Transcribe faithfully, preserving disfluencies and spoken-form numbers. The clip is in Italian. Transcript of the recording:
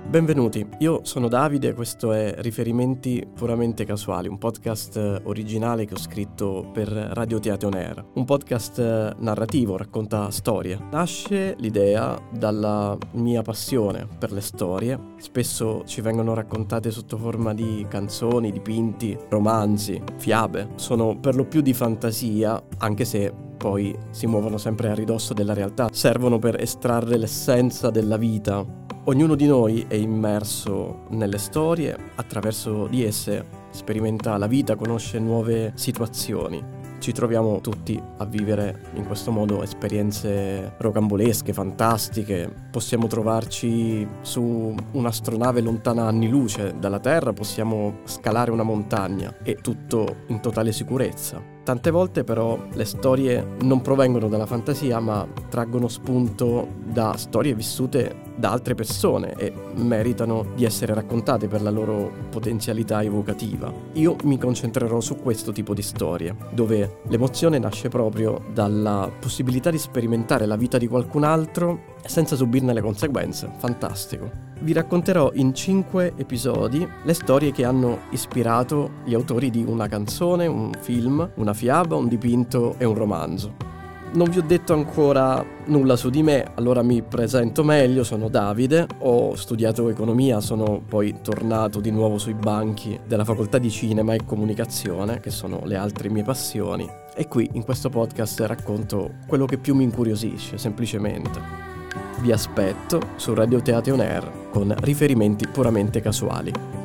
Benvenuti, io sono Davide e questo è Riferimenti Puramente Casuali, un podcast originale che ho scritto per Radio Teatro On Air. Un podcast narrativo, racconta storie. Nasce l'idea dalla mia passione per le storie. Spesso ci vengono raccontate sotto forma di canzoni, dipinti, romanzi, fiabe. Sono per lo più di fantasia, anche se poi si muovono sempre a ridosso della realtà. Servono per estrarre l'essenza della vita. Ognuno di noi è immerso nelle storie, attraverso di esse sperimenta la vita, conosce nuove situazioni. Ci troviamo tutti a vivere in questo modo esperienze rocambolesche, fantastiche. Possiamo trovarci su un'astronave lontana anni luce dalla Terra, possiamo scalare una montagna e tutto in totale sicurezza. Tante volte però le storie non provengono dalla fantasia, ma traggono spunto da storie vissute da altre persone e meritano di essere raccontate per la loro potenzialità evocativa. Io mi concentrerò su questo tipo di storie, dove l'emozione nasce proprio dalla possibilità di sperimentare la vita di qualcun altro senza subirne le conseguenze. Fantastico. Vi racconterò in cinque episodi le storie che hanno ispirato gli autori di una canzone, un film, una fiaba, un dipinto e un romanzo. Non vi ho detto ancora nulla su di me, allora mi presento meglio. Sono Davide, ho studiato economia, sono poi tornato di nuovo sui banchi della facoltà di cinema e comunicazione, che sono le altre mie passioni, e qui in questo podcast racconto quello che più mi incuriosisce, semplicemente. Vi aspetto su Radio Teatro On Air con riferimenti puramente casuali.